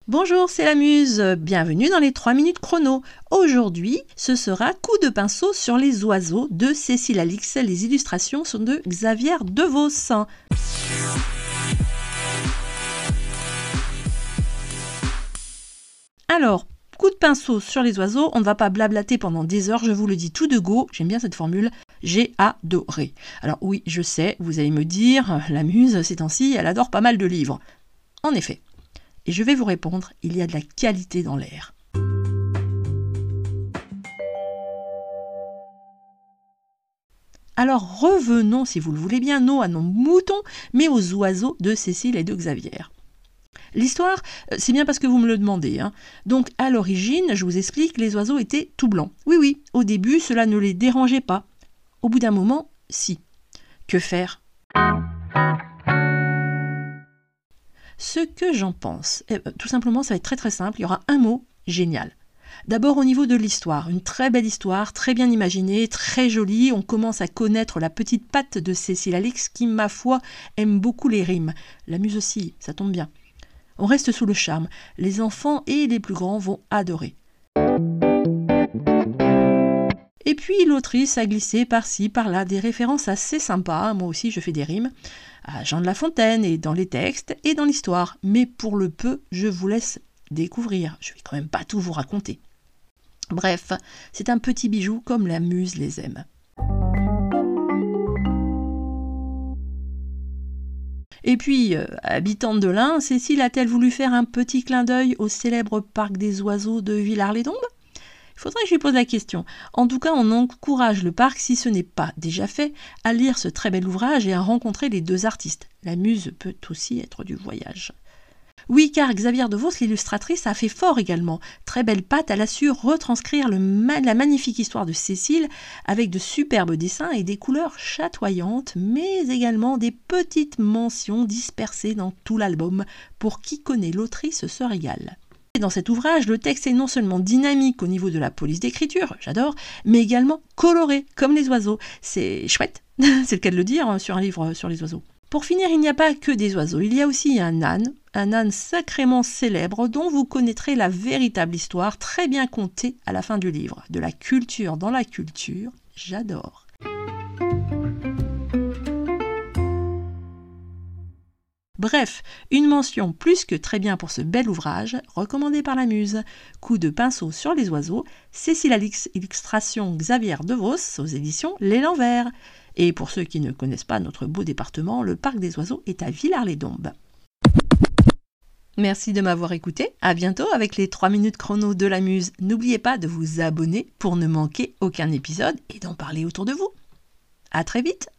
Bonjour, c'est la Muse, bienvenue dans les 3 minutes chrono. Aujourd'hui, ce sera Coup de pinceau sur les oiseaux de Cécile Alix. Les illustrations sont de Xavier Devos. Alors, coup de pinceau sur les oiseaux, on ne va pas blablater pendant des heures, je vous le dis tout de go, j'aime bien cette formule, j'ai adoré. Alors oui, je sais, vous allez me dire, la Muse, ces temps-ci, elle adore pas mal de livres. En effet. Et je vais vous répondre, il y a de la qualité dans l'air. Alors revenons, si vous le voulez bien, non à nos moutons, mais aux oiseaux de Cécile et de Xavier. L'histoire, c'est bien parce que vous me le demandez. Donc à l'origine, je vous explique, les oiseaux étaient tout blancs. Oui, au début, cela ne les dérangeait pas. Au bout d'un moment, si. Que faire ? Ce que j'en pense, tout simplement, ça va être très très simple. Il y aura un mot, génial. D'abord au niveau de l'histoire, une très belle histoire, très bien imaginée, très jolie. On commence à connaître la petite patte de Cécile Alix qui, ma foi, aime beaucoup les rimes. La Muse aussi, ça tombe bien. On reste sous le charme. Les enfants et les plus grands vont adorer. Et puis l'autrice a glissé par-ci, par-là des références assez sympas. Moi aussi, je fais des rimes. À Jean de La Fontaine et dans les textes et dans l'histoire. Mais pour le peu, je vous laisse découvrir. Je vais quand même pas tout vous raconter. Bref, c'est un petit bijou comme la Muse les aime. Et puis, habitante de l'Ain, Cécile a-t-elle voulu faire un petit clin d'œil au célèbre parc des oiseaux de Villars-les-Dombes ? Il faudrait que je lui pose la question. En tout cas, on encourage le parc, si ce n'est pas déjà fait, à lire ce très bel ouvrage et à rencontrer les deux artistes. La Muse peut aussi être du voyage. Oui, car Xavier Devos, l'illustratrice, a fait fort également. Très belle patte, elle a su retranscrire la magnifique histoire de Cécile avec de superbes dessins et des couleurs chatoyantes, mais également des petites mentions dispersées dans tout l'album. Pour qui connaît l'autrice se régale. Dans cet ouvrage, le texte est non seulement dynamique au niveau de la police d'écriture, j'adore, mais également coloré, comme les oiseaux. C'est chouette, c'est le cas de le dire sur un livre sur les oiseaux. Pour finir, il n'y a pas que des oiseaux, il y a aussi un âne sacrément célèbre dont vous connaîtrez la véritable histoire très bien contée à la fin du livre. De la culture dans la culture, j'adore. Bref, une mention plus que très bien pour ce bel ouvrage, recommandé par la Muse. Coup de pinceau sur les oiseaux, Cécile Alix, illustration Xavier Devos, aux éditions L'Élan Vert. Et pour ceux qui ne connaissent pas notre beau département, le parc des oiseaux est à Villars-les-Dombes. Merci de m'avoir écouté, à bientôt avec les 3 minutes chrono de la Muse. N'oubliez pas de vous abonner pour ne manquer aucun épisode et d'en parler autour de vous. À très vite.